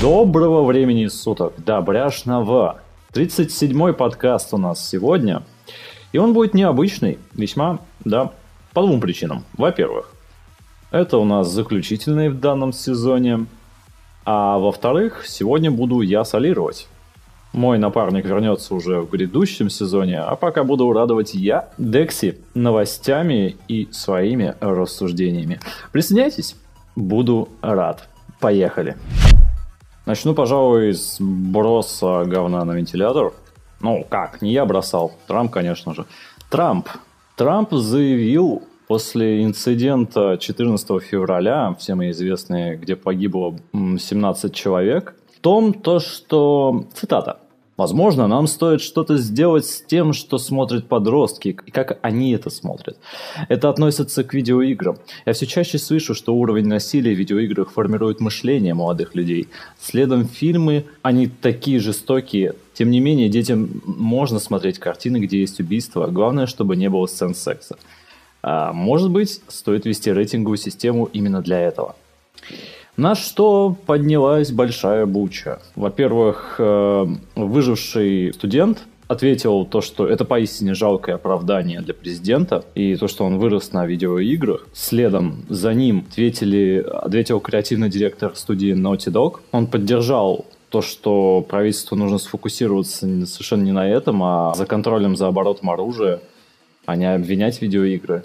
Доброго времени суток, добряшного. 37-й подкаст у нас сегодня. И он будет необычный, весьма, да, по двум причинам. Во-первых, это у нас заключительный в данном сезоне. А во-вторых, сегодня буду я солировать. Мой напарник вернется уже в грядущем сезоне, а пока буду радовать я, Декси, новостями и своими рассуждениями. Присоединяйтесь, буду рад. Поехали. Начну, пожалуй, с броса говна на вентилятор. Ну, как, не я бросал. Трамп, конечно же. Трамп заявил после инцидента 14 февраля, всем известный, где погибло 17 человек, в том, что, цитата, «Возможно, нам стоит что-то сделать с тем, что смотрят подростки, и как они это смотрят. Это относится к видеоиграм. Я все чаще слышу, что уровень насилия в видеоиграх формирует мышление молодых людей. Следом фильмы, они такие жестокие. Тем не менее, детям можно смотреть картины, где есть убийства. Главное, чтобы не было сцен секса. А может быть, стоит ввести рейтинговую систему именно для этого». На что поднялась большая буча. Во-первых, выживший студент ответил то, что это поистине жалкое оправдание для президента, и то, что он вырос на видеоиграх. Следом за ним ответил креативный директор студии Naughty Dog. Он поддержал то, что правительству нужно сфокусироваться совершенно не на этом, а за контролем за оборотом оружия, а не обвинять видеоигры.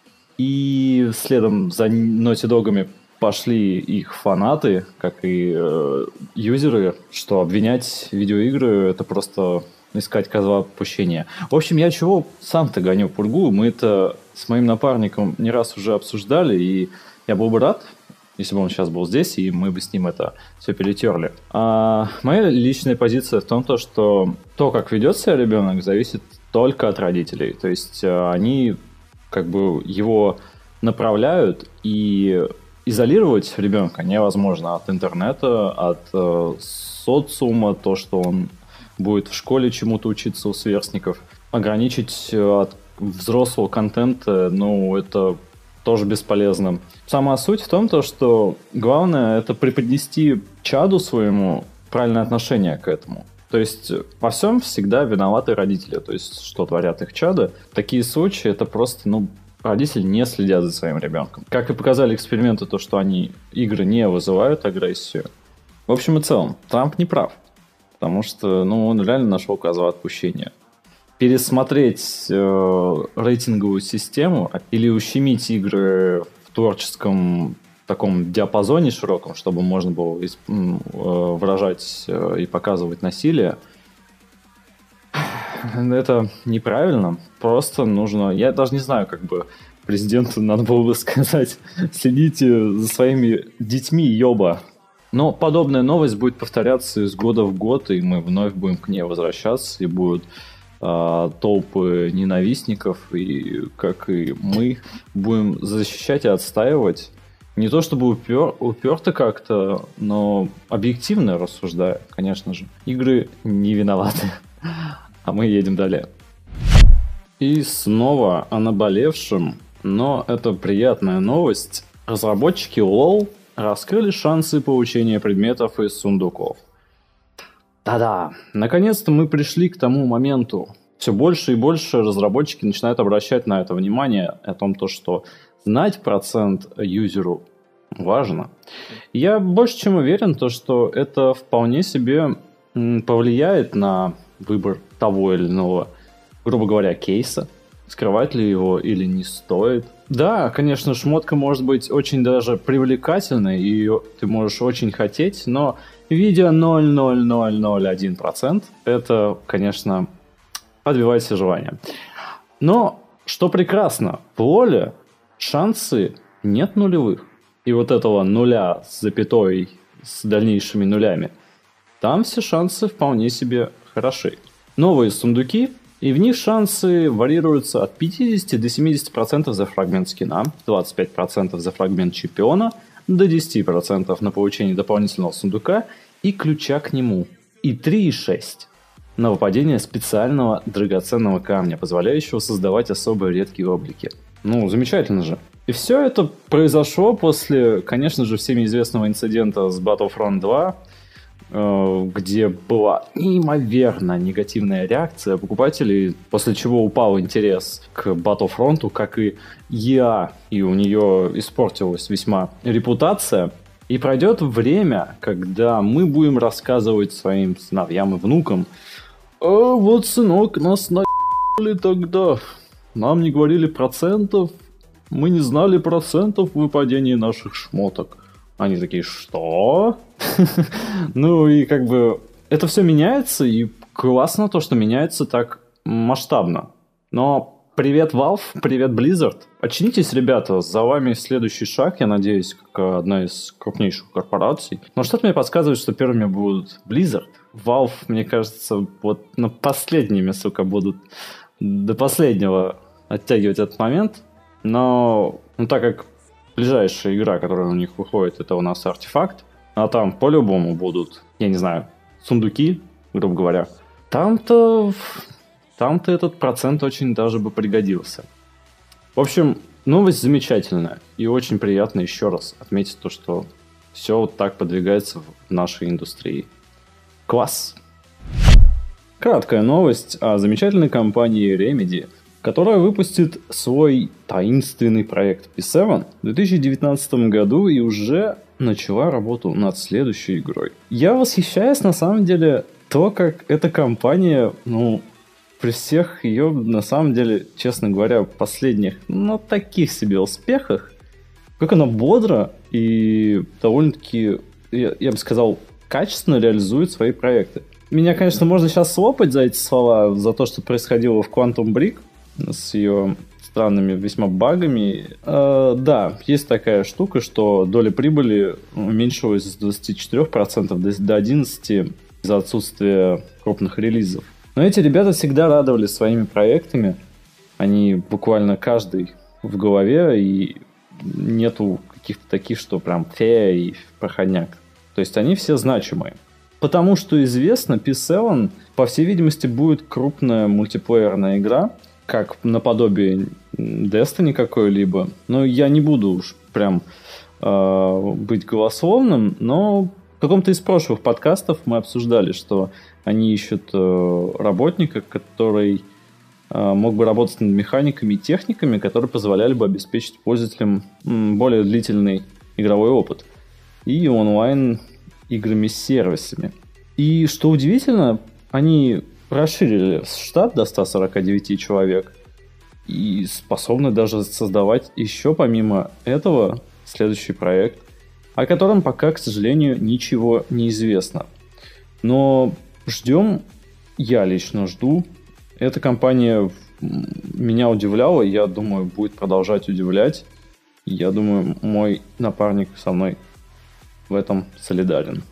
И следом за Naughty Dog'ами пошли их фанаты, как и юзеры, что обвинять видеоигры — это просто искать козла отпущения. В общем, я чего сам-то гоню пургу. Мы это с моим напарником не раз уже обсуждали, и я был бы рад, если бы он сейчас был здесь, и мы бы с ним это все перетерли. А моя личная позиция в том, что то, как ведет себя ребенок, зависит только от родителей. То есть они как бы его направляют, и изолировать ребенка невозможно от интернета, от социума, то, что он будет в школе чему-то учиться у сверстников. Ограничить от взрослого контента, это тоже бесполезно. Сама суть в том, что главное — это преподнести чаду своему правильное отношение к этому. То есть во всем всегда виноваты родители, то есть что творят их чада. Такие случаи — это просто, родители не следят за своим ребенком. Как и показали эксперименты, то, что игры не вызывают агрессию. В общем и целом, Трамп не прав. Потому что, он реально нашел козла отпущения. Пересмотреть рейтинговую систему или ущемить игры в творческом таком диапазоне широком, чтобы можно было выражать и показывать насилие, это неправильно. Просто нужно... Я даже не знаю, президенту надо было бы сказать: следите за своими детьми, ёба. Но подобная новость будет повторяться из года в год, и мы вновь будем к ней возвращаться, и будут толпы ненавистников, и, как и мы, будем защищать и отстаивать. Не то чтобы уперто как-то, но объективно рассуждая, конечно же. Игры не виноваты. А мы едем далее. И снова о наболевшем, но это приятная новость. Разработчики LoL раскрыли шансы получения предметов из сундуков. Да-да, наконец-то мы пришли к тому моменту. Все больше и больше разработчики начинают обращать на это внимание, о том, что знать процент юзеру важно. Я больше чем уверен, что это вполне себе повлияет на выбор того или иного, грубо говоря, кейса. Скрывать ли его или не стоит. Да, конечно, шмотка может быть очень даже привлекательной, и ее ты можешь очень хотеть, но видя 0,0001%, это, конечно, отбивает все желания. Но, что прекрасно, в лоле шансы нет нулевых. И вот этого нуля с запятой, с дальнейшими нулями, там все шансы вполне себе хороши. Новые сундуки, и в них шансы варьируются от 50 до 70% за фрагмент скина, 25% за фрагмент чемпиона, до 10% на получение дополнительного сундука и ключа к нему, и 3,6% на выпадение специального драгоценного камня, позволяющего создавать особо редкие облики. Замечательно же. И все это произошло после, конечно же, всеми известного инцидента с Battlefront 2, где была неимоверно негативная реакция покупателей, после чего упал интерес к Battlefront, как и EA, и у нее испортилась весьма репутация. И пройдет время, когда мы будем рассказывать своим сыновьям и внукам: вот, сынок, нас на***ли тогда. Нам не говорили процентов, мы не знали процентов выпадения наших шмоток. Они такие: что? Ну и как бы это все меняется, и классно то, что меняется так масштабно. Но привет, Valve, привет, Blizzard. Очнитесь, ребята, за вами следующий шаг, я надеюсь, как одна из крупнейших корпораций. Но что-то мне подсказывает, что первыми будут Blizzard. Valve, мне кажется, вот на последними, сука, будут до последнего оттягивать этот момент. Но так как ближайшая игра, которая у них выходит, это у нас Артефакт, а там по-любому будут, я не знаю, сундуки, грубо говоря. Там-то этот процент очень даже бы пригодился. В общем, новость замечательная. И очень приятно еще раз отметить то, что все вот так подвигается в нашей индустрии. Класс! Краткая новость о замечательной компании Remedy, которая выпустит свой таинственный проект P7 в 2019 году и уже начала работу над следующей игрой. Я восхищаюсь, на самом деле, то, как эта компания, при всех ее, на самом деле, честно говоря, последних, таких себе успехах, как она бодро и довольно-таки, я бы сказал, качественно реализует свои проекты. Меня, конечно, можно сейчас слопать за эти слова, за то, что происходило в Quantum Break, с ее странными весьма багами. Да, есть такая штука, что доля прибыли уменьшилась с 24% до 11% из-за отсутствия крупных релизов. Но эти ребята всегда радовали своими проектами. Они буквально каждый в голове, и нету каких-то таких, что прям фея и проходняк. То есть они все значимые. Потому что известно, P7, по всей видимости, будет крупная мультиплеерная игра, как наподобие Destiny какой-либо. Но я не буду уж прям быть голословным, но в каком-то из прошлых подкастов мы обсуждали, что они ищут работника, который мог бы работать над механиками и техниками, которые позволяли бы обеспечить пользователям более длительный игровой опыт и онлайн играми с сервисами. И что удивительно, они расширили штат до 149 человек и способны даже создавать еще помимо этого следующий проект, о котором пока, к сожалению, ничего не известно. Но ждем, я лично жду. Эта компания меня удивляла, я думаю, будет продолжать удивлять. Я думаю, мой напарник со мной в этом солидарен.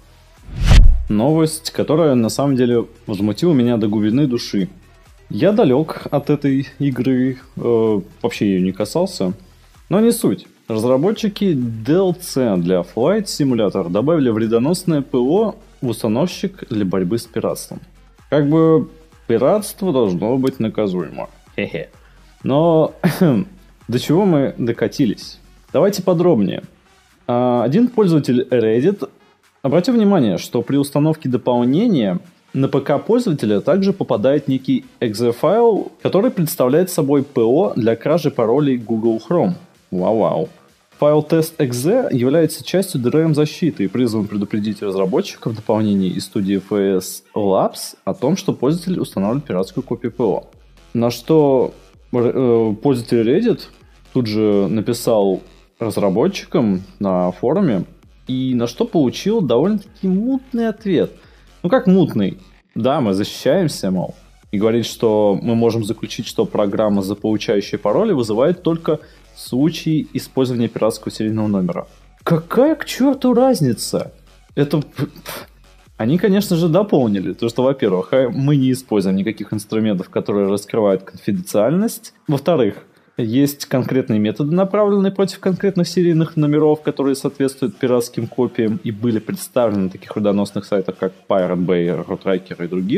Новость, которая на самом деле возмутила меня до глубины души. Я далек от этой игры, вообще ее не касался, но не суть. Разработчики DLC для Flight Simulator добавили вредоносное ПО в установщик для борьбы с пиратством. Как бы пиратство должно быть наказуемо. Хе-хе. Но до чего мы докатились? Давайте подробнее. Один пользователь Reddit обратил внимание, что при установке дополнения на ПК пользователя также попадает некий .exe-файл, который представляет собой ПО для кражи паролей Google Chrome. Вау-вау. Файл test.exe является частью DRM-защиты и призван предупредить разработчиков дополнений из студии FS Labs о том, что пользователь устанавливает пиратскую копию ПО. На что пользователь Reddit тут же написал разработчикам на форуме, и на что получил довольно-таки мутный ответ. Как мутный? Да, мы защищаемся, мол. И говорит, что мы можем заключить, что программа, заполучающая пароли, вызывает только случаи использования пиратского серийного номера. Какая к черту разница? Это... Они, конечно же, дополнили. То, что, во-первых, мы не используем никаких инструментов, которые раскрывают конфиденциальность. Во-вторых, есть конкретные методы, направленные против конкретных серийных номеров, которые соответствуют пиратским копиям и были представлены на таких вредоносных сайтах, как Pirate Bay, Roadtracker и других.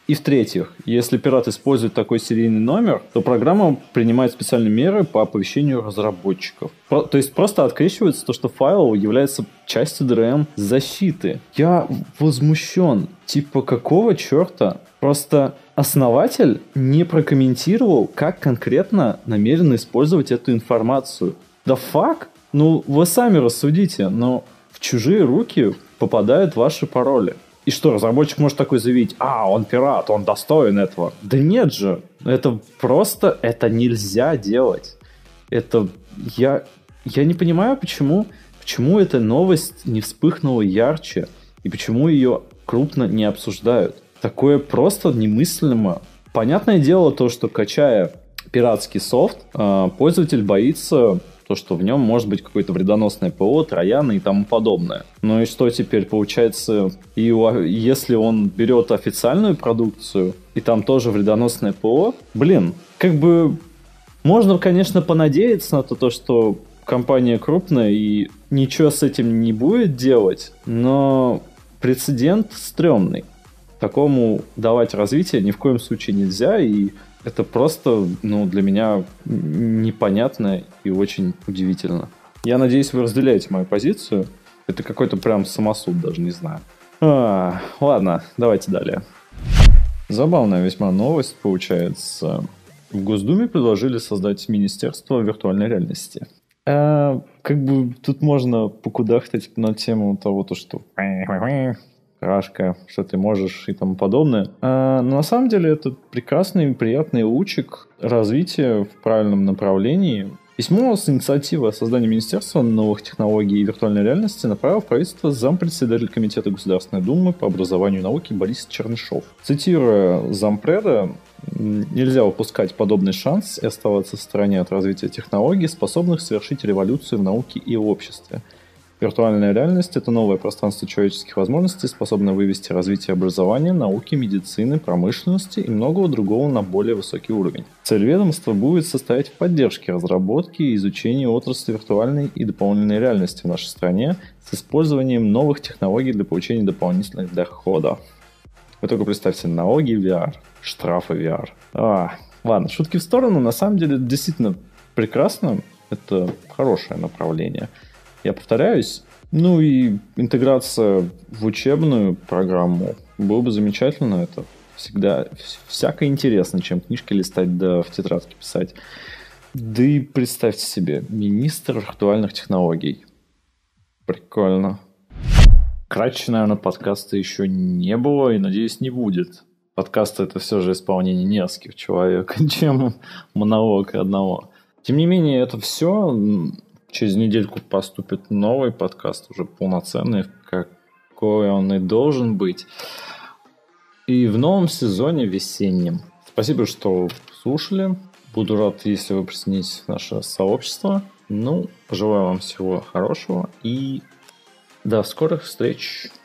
И в-третьих, если пират использует такой серийный номер, то программа принимает специальные меры по оповещению разработчиков. То есть просто открещивается то, что файл является частью DRM защиты. Я возмущен. Типа, какого черта? Просто основатель не прокомментировал, как конкретно намерен использовать эту информацию. Да фак? Ну, вы сами рассудите, но в чужие руки попадают ваши пароли. И что, разработчик может такой заявить: он пират, он достоин этого. Да нет же, это нельзя делать. Я не понимаю, почему эта новость не вспыхнула ярче, и почему ее крупно не обсуждают. Такое просто немыслимо. Понятное дело то, что, качая пиратский софт, пользователь боится то, что в нем может быть какое-то вредоносное ПО, трояны и тому подобное. Ну и что теперь получается? Если он берет официальную продукцию, и там тоже вредоносное ПО, можно, конечно, понадеяться на то, что компания крупная и ничего с этим не будет делать, но прецедент стрёмный. Такому давать развитие ни в коем случае нельзя, и это просто, для меня непонятно и очень удивительно. Я надеюсь, вы разделяете мою позицию. Это какой-то прям самосуд, даже не знаю. Ладно, давайте далее. Забавная весьма новость получается. В Госдуме предложили создать Министерство виртуальной реальности. Тут можно покудахтать на тему того, что Рашка, что ты можешь и тому подобное. Но на самом деле это прекрасный и приятный лучик развития в правильном направлении. Письмо с инициативой о создании Министерства новых технологий и виртуальной реальности направил в правительство зампредседатель Комитета Государственной Думы по образованию и науке Борис Чернышов. Цитируя зампреда, нельзя упускать подобный шанс и оставаться в стороне от развития технологий, способных совершить революцию в науке и в обществе. Виртуальная реальность – это новое пространство человеческих возможностей, способное вывести развитие образования, науки, медицины, промышленности и многого другого на более высокий уровень. Цель ведомства будет состоять в поддержке разработки и изучения отрасли виртуальной и дополненной реальности в нашей стране с использованием новых технологий для получения дополнительных доходов. Вы только представьте, налоги VR, штрафы VR. Ладно, шутки в сторону, на самом деле это действительно прекрасно, это хорошее направление. Я повторяюсь. И интеграция в учебную программу было бы замечательно. Это всегда всяко интересно, чем книжки листать да в тетрадке писать. Да и представьте себе, министр виртуальных технологий. Прикольно. Кратче, наверное, подкаста еще не было и, надеюсь, не будет. Подкаст — это все же исполнение нескольких человек, чем монолог одного. Тем не менее, это все. Через недельку поступит новый подкаст, уже полноценный, какой он и должен быть. И в новом сезоне весеннем. Спасибо, что слушали. Буду рад, если вы присоединитесь в наше сообщество. Пожелаю вам всего хорошего и до скорых встреч.